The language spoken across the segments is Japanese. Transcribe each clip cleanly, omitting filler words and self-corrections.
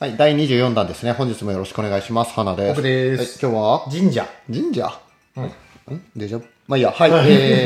はい、第24弾ですね。本日もよろしくお願いします。花です。 僕です。 はい、今日は神社デジャブまあいいや。はい。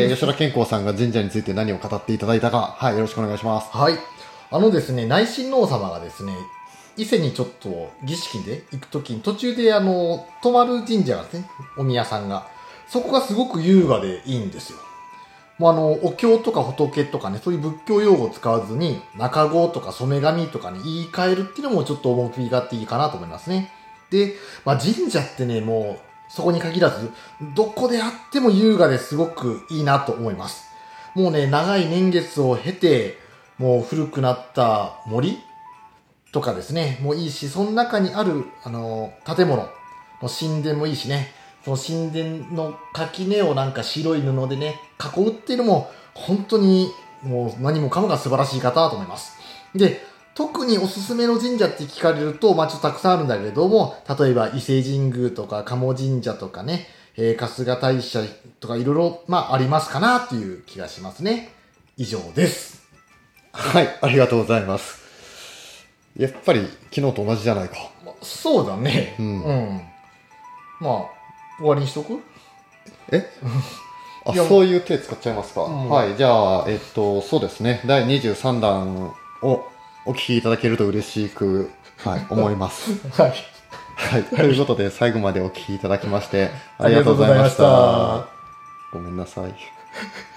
吉田健康さんが神社について何を語っていただいたか。はい、よろしくお願いします。 はい。ですね、内親王様がですね、伊勢にちょっと儀式で行くときに途中で泊まる神社がですね、お宮さんが。そこがすごく優雅でいいんですよ。もうお経とか仏とかね、そういう仏教用語を使わずに、中語とか染神とかに言い換えるっていうのもちょっと趣があっていいかなと思いますね。で、神社ってね、もう、そこに限らず、どこであっても優雅ですごくいいなと思います。もうね、長い年月を経て、もう古くなった森とかですね、もういいし、その中にある、建物の神殿もいいしね、その神殿の垣根をなんか白い布でね、囲うっていうのも、本当にもう何もかもが素晴らしい方だと思います。で、特におすすめの神社って聞かれると、ちょっとたくさんあるんだけれども、例えば伊勢神宮とか鴨神社とかね、春日大社とかいろいろ、ありますかなっていう気がしますね。以上です。 はい、ありがとうございます。やっぱり昨日と同じじゃないか。 そうだね。終わりにしとく？ そういう手使っちゃいますか。はい、じゃあ、そうですね。第23弾をお聞きいただけると嬉しく、思います。 はい。 はい。ということで、最後までお聞きいただきまして、ありがとうございました。ごめんなさい。